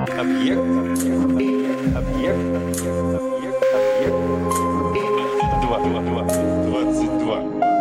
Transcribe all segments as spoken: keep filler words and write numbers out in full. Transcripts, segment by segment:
Объект, объект, объект, объект, объект. Два, два, два, двадцать два.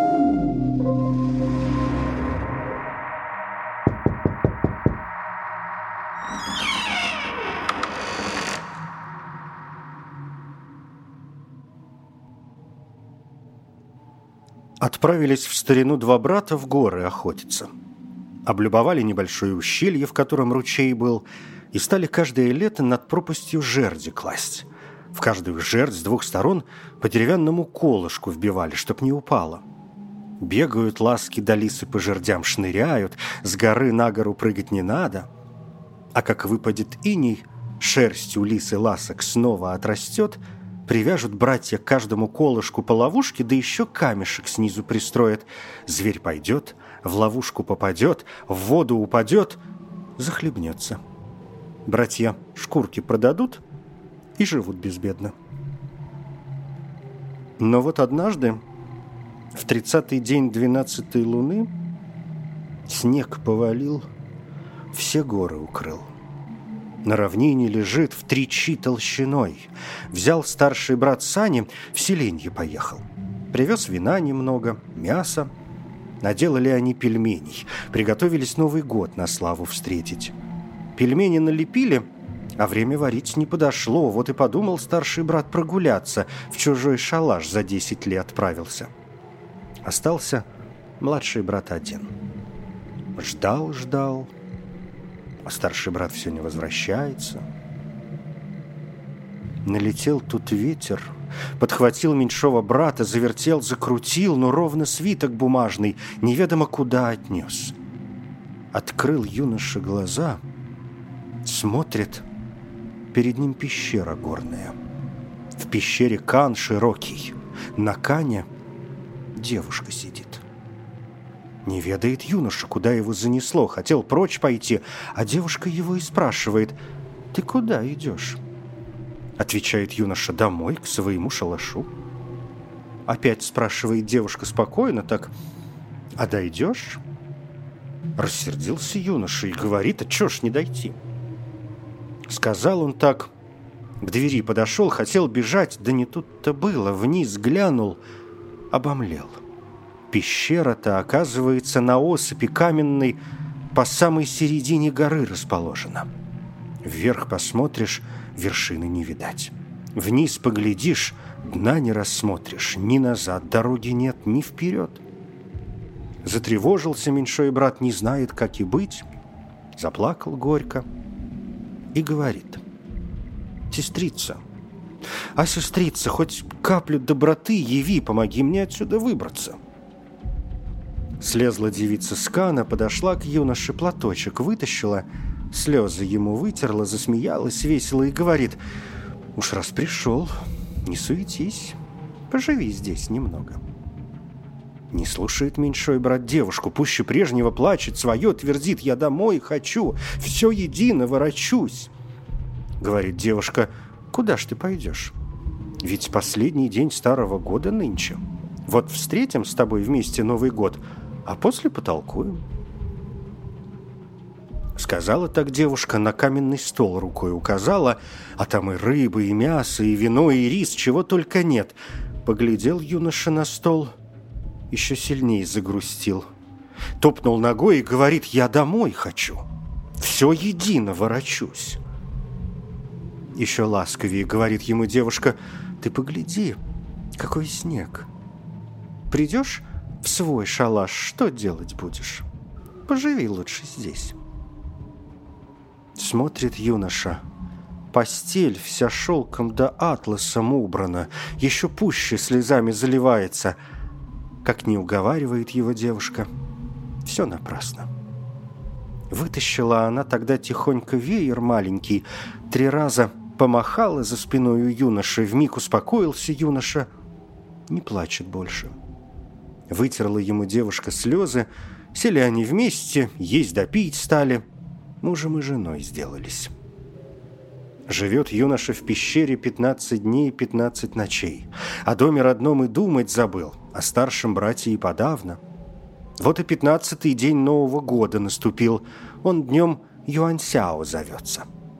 Отправились в старину два брата в горы охотиться. Облюбовали небольшое ущелье, в котором ручей был, и стали каждое лето над пропастью жерди класть. В каждую жердь с двух сторон по деревянному колышку вбивали, чтоб не упало. Бегают ласки да лисы по жердям, шныряют, с горы на гору прыгать не надо. А как выпадет иней, шерсть у лисы ласок снова отрастет, привяжут братья к каждому колышку по ловушке, да еще камешек снизу пристроят. Зверь пойдет, в ловушку попадет, в воду упадет, захлебнется. Братья шкурки продадут и живут безбедно. Но вот однажды, в тридцатый день двенадцатой луны, снег повалил, все горы укрыл. На равнине лежит в три чи толщиной. Взял старший брат сани, в селенье поехал. Привез вина немного, мяса. Наделали они пельменей. Приготовились Новый год на славу встретить. Пельмени налепили, а время варить не подошло. Вот и подумал старший брат прогуляться. В чужой шалаш за десять лет отправился. Остался младший брат один. Ждал, ждал. А старший брат все не возвращается. Налетел тут ветер, подхватил меньшого брата, завертел, закрутил, но ровно свиток бумажный неведомо куда отнес. Открыл юноша глаза, смотрит, перед ним пещера горная. В пещере кан широкий, на кане девушка сидит. Не ведает юноша, куда его занесло. Хотел прочь пойти, а девушка его и спрашивает: «Ты куда идешь?» Отвечает юноша: «Домой, к своему шалашу». Опять спрашивает девушка спокойно так: «А дойдешь?» Рассердился юноша и говорит: «А чё ж не дойти?» Сказал он так, к двери подошел, хотел бежать, да не тут-то было. Вниз глянул, обомлел. Пещера-то, оказывается, на осыпи каменной по самой середине горы расположена. Вверх посмотришь, вершины не видать. Вниз поглядишь, дна не рассмотришь. Ни назад дороги нет, ни вперед. Затревожился меньшой брат, не знает, как и быть. Заплакал горько и говорит: «Сестрица, а сестрица, хоть каплю доброты яви, помоги мне отсюда выбраться». Слезла девица с кана, подошла к юноше, платочек вытащила, слезы ему вытерла, засмеялась весело и говорит: «Уж раз пришел, не суетись, поживи здесь немного». Не слушает меньшой брат девушку, пуще прежнего плачет, свое твердит: «Я домой хочу, все едино ворочусь». Говорит девушка: «Куда ж ты пойдешь? Ведь последний день старого года нынче. Вот встретим с тобой вместе Новый год, а после потолкуем». Сказала так девушка, на каменный стол рукой указала, а там и рыба, и мясо, и вино, и рис, чего только нет. Поглядел юноша на стол, еще сильнее загрустил. Топнул ногой и говорит: «Я домой хочу, все едино ворочусь». Еще ласковее говорит ему девушка: «Ты погляди, какой снег. Придешь в свой шалаш, что делать будешь? Поживи лучше здесь». Смотрит юноша. Постель вся шелком да атласом убрана, еще пуще слезами заливается. Как не уговаривает его девушка, все напрасно. Вытащила она тогда тихонько веер маленький, три раза помахала за спиной у юноши, вмиг успокоился юноша, не плачет больше. Вытерла ему девушка слезы, сели они вместе, есть да пить стали, мужем и женой сделались. Живет юноша в пещере пятнадцать дней и пятнадцать ночей. О доме родном и думать забыл, о старшем брате и подавно. Вот и пятнадцатый день Нового года наступил, он днем Юаньсяо зовется.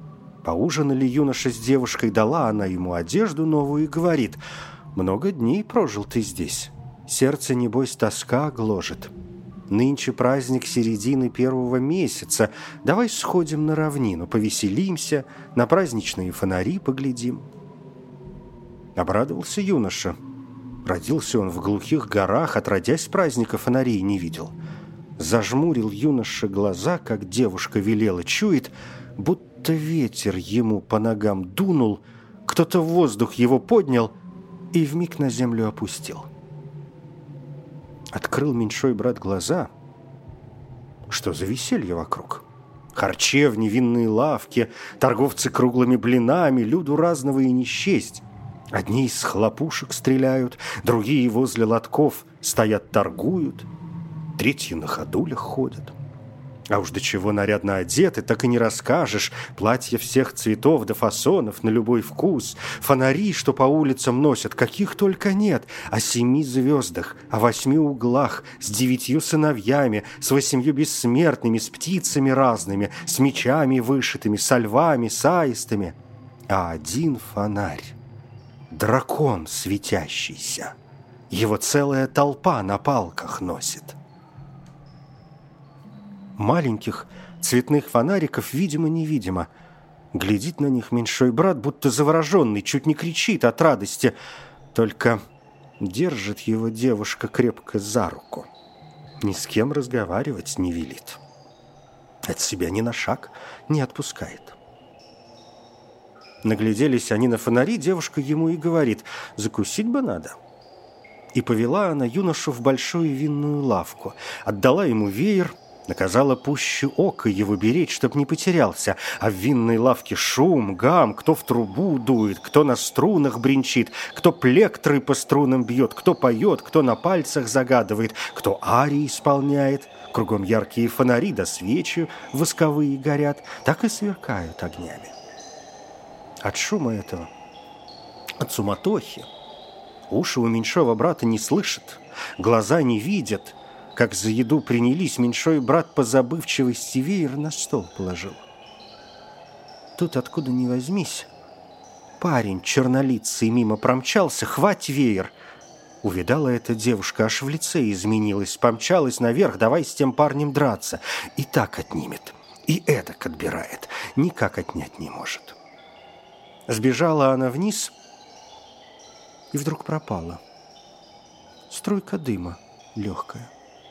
Поужинали юноша с девушкой, дала она ему одежду новую и говорит: «Много дней прожил ты здесь, сердце, небось, тоска гложет. Нынче праздник середины первого месяца, давай сходим на равнину, повеселимся, на праздничные фонари поглядим». Обрадовался юноша. Родился он в глухих горах, отродясь праздника фонарей не видел. Зажмурил юноша глаза, как девушка велела, чует, будто ветер ему по ногам дунул, кто-то в воздух его поднял и вмиг на землю опустил. Открыл меньшой брат глаза. Что за веселье вокруг? Харчевни, винные лавки, торговцы круглыми блинами, люду разного и не счесть. Одни из хлопушек стреляют, другие возле лотков стоят, торгуют, третьи на ходулях ходят. А уж до чего нарядно одеты, так и не расскажешь. Платья всех цветов да фасонов на любой вкус. Фонари, что по улицам носят, каких только нет. О семи звездах, о восьми углах, с девятью сыновьями, с восемью бессмертными, с птицами разными, с мечами вышитыми, со львами, с аистами. А один фонарь — дракон светящийся. Его целая толпа на палках носит. Маленьких цветных фонариков видимо-невидимо. Глядит на них меньшой брат, будто завороженный, чуть не кричит от радости. Только держит его девушка крепко за руку. Ни с кем разговаривать не велит. От себя ни на шаг не отпускает. Нагляделись они на фонари, девушка ему и говорит: «Закусить бы надо». И повела она юношу в большую винную лавку, отдала ему веер, наказала пуще ока его беречь, чтоб не потерялся. А в винной лавке шум, гам, кто в трубу дует, кто на струнах бренчит, кто плектры по струнам бьет, кто поет, кто на пальцах загадывает, кто арии исполняет. Кругом яркие фонари да свечи восковые горят, так и сверкают огнями. От шума этого, от суматохи, уши у меньшого брата не слышат, глаза не видят. Как за еду принялись, меньшой брат по забывчивости веер на стол положил. Тут, откуда ни возьмись, парень чернолицый мимо промчался, хвать веер. Увидала эта девушка, аж в лице изменилась, помчалась наверх, давай с тем парнем драться. И так отнимет, и эдак отбирает, никак отнять не может. Сбежала она вниз и вдруг пропала. Струйка дыма легкая.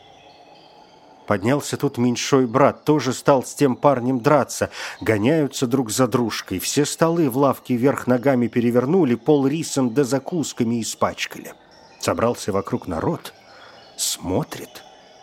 Поднялся тут меньшой брат, тоже стал с тем парнем драться. Гоняются друг за дружкой. Все столы в лавке вверх ногами перевернули, пол рисом да закусками испачкали. Собрался вокруг народ, смотрит.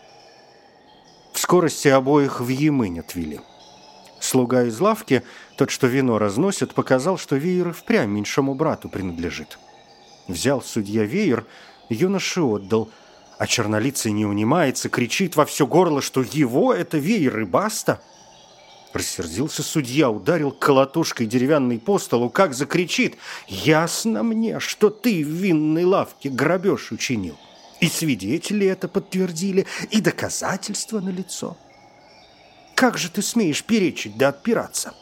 В скорости обоих в Ямынь отвели. Слуга из лавки, тот, что вино разносит, показал, что веер и впрямь меньшому брату принадлежит. Взял судья веер, юноше отдал, а чернолицый не унимается, кричит во все горло, что его это веер и баста. Рассердился судья, ударил колотушкой деревянный по столу, как закричит: «Ясно мне, что ты в винной лавке грабеж учинил. И свидетели это подтвердили, и доказательства налицо. Как же ты смеешь перечить да отпираться?»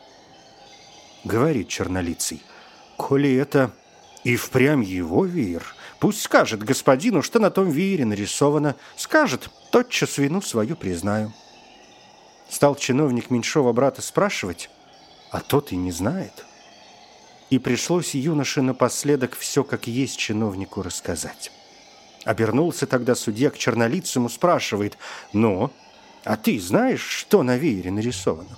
Говорит чернолицый: «Коли это и впрямь его веер, пусть скажет господину, что на том веере нарисовано. Скажет, тотчас вину свою признаю». Стал чиновник меньшого брата спрашивать, а тот и не знает. И пришлось юноше напоследок все как есть чиновнику рассказать. Обернулся тогда судья к чернолицему, спрашивает: «Ну, а ты знаешь, что на веере нарисовано?»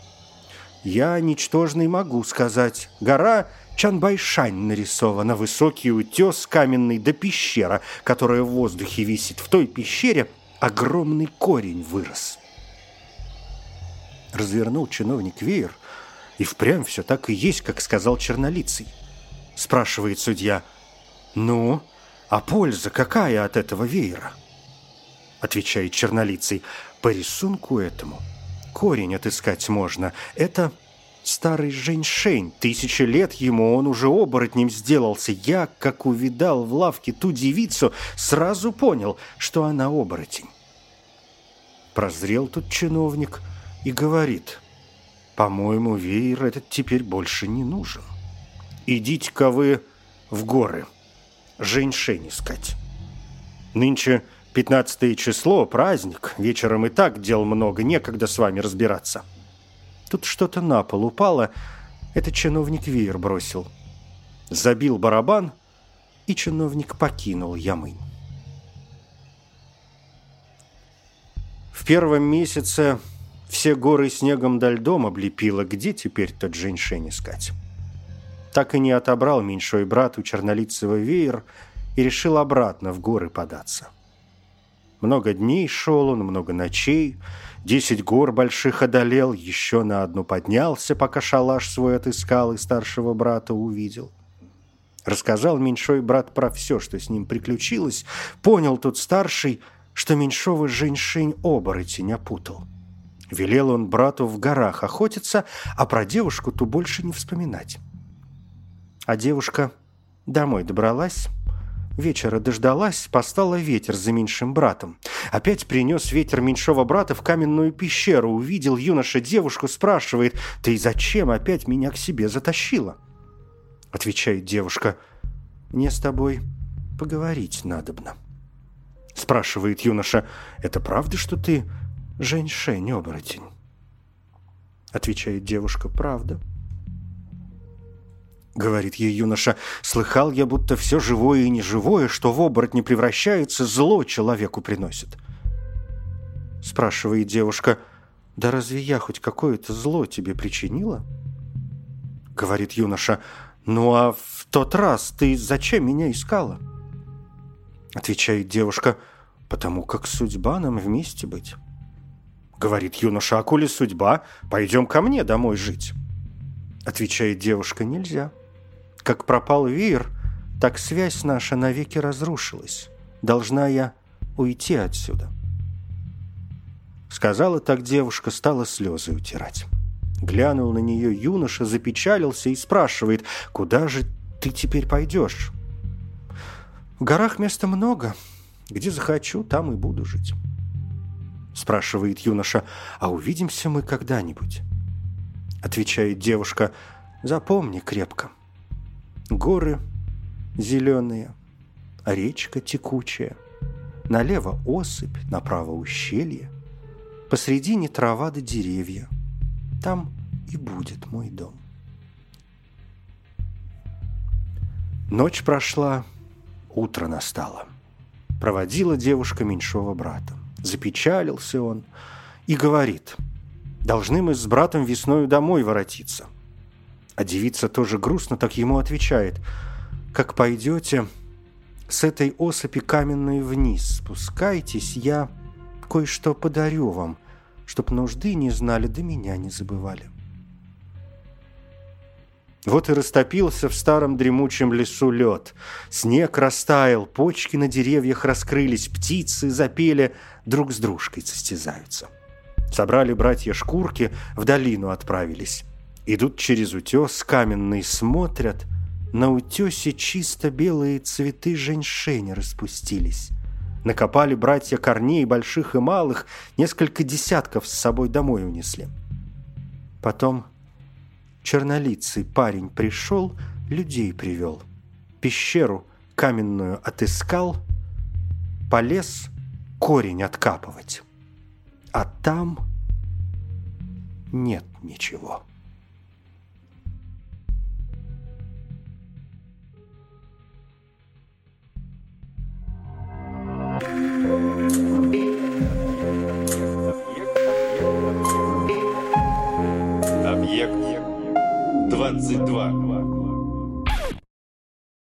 «Я, ничтожный, могу сказать. Гора Чанбайшань нарисована, высокий утес каменный да пещера, которая в воздухе висит. В той пещере огромный корень вырос». Развернул чиновник веер, и впрямь все так и есть, как сказал чернолицый. Спрашивает судья: «Ну, а польза какая от этого веера?» Отвечает чернолицый: «По рисунку этому корень отыскать можно. Это старый женьшень. Тысячи лет ему, он уже оборотнем сделался. Я, как увидал в лавке ту девицу, сразу понял, что она оборотень». Прозрел тут чиновник и говорит: По-моему, веер этот теперь больше не нужен. Идите-ка вы в горы, женьшень искать. Нынче пятнадцатое число, праздник, вечером и так дел много, некогда с вами разбираться. Тут что-то на пол упало, это чиновник веер бросил. Забил барабан, и чиновник покинул Ямынь. В первом месяце все горы снегом да льдом облепило, где теперь тот женьшень искать? Так и не отобрал меньшой брат у чернолицего веер и решил обратно в горы податься. Много дней шел он, много ночей, десять гор больших одолел, еще на одну поднялся, пока шалаш свой отыскал и старшего брата увидел. Рассказал меньшой брат про все, что с ним приключилось, понял тут старший, что меньшого женьшень оборотень опутал. Велел он брату в горах охотиться, а про девушку ту больше не вспоминать. А девушка домой добралась, вечера дождалась, послала ветер за меньшим братом. Опять принес ветер меньшого брата в каменную пещеру. Увидел юноша девушку, спрашивает: «Ты зачем опять меня к себе затащила?» Отвечает девушка: «Мне с тобой поговорить надобно». Спрашивает юноша: «Это правда, что ты женьшень-оборотень?» Отвечает девушка: «Правда». Говорит ей юноша: «Слыхал я, будто все живое и неживое, что в оборотня превращается, зло человеку приносит». Спрашивает девушка: «Да разве я хоть какое-то зло тебе причинила?» Говорит юноша: «Ну а в тот раз ты зачем меня искала?» Отвечает девушка: «Потому как судьба нам вместе быть». Говорит юноша: «А коли судьба, пойдем ко мне домой жить». Отвечает девушка: «Нельзя. Как пропал веер, так связь наша навеки разрушилась. Должна я уйти отсюда». Сказала так девушка, стала слезы утирать. Глянул на нее юноша, запечалился и спрашивает: «Куда же ты теперь пойдешь?» «В горах места много. Где захочу, там и буду жить». Спрашивает юноша: «А увидимся мы когда-нибудь?» Отвечает девушка: «Запомни крепко. Горы зеленые, а речка текучая, налево осыпь, направо ущелье, посредине трава да деревья. Там и будет мой дом». Ночь прошла, утро настало. Проводила девушка меньшого брата. Запечалился он и говорит: «Должны мы с братом весною домой воротиться». А девица тоже грустно так ему отвечает: «Как пойдете с этой осыпи каменной вниз спускайтесь, я кое-что подарю вам, чтоб нужды не знали, да меня не забывали». Вот и растопился в старом дремучем лесу лед. Снег растаял, почки на деревьях раскрылись, птицы запели, друг с дружкой состязаются. Собрали братья шкурки, в долину отправились. Идут через утес каменный, смотрят, на утесе чисто белые цветы женьшеня распустились. Накопали братья корней больших и малых, несколько десятков с собой домой унесли. Потом чернолицый парень пришел, людей привел, пещеру каменную отыскал, полез корень откапывать. А там нет ничего. Объект двадцать два.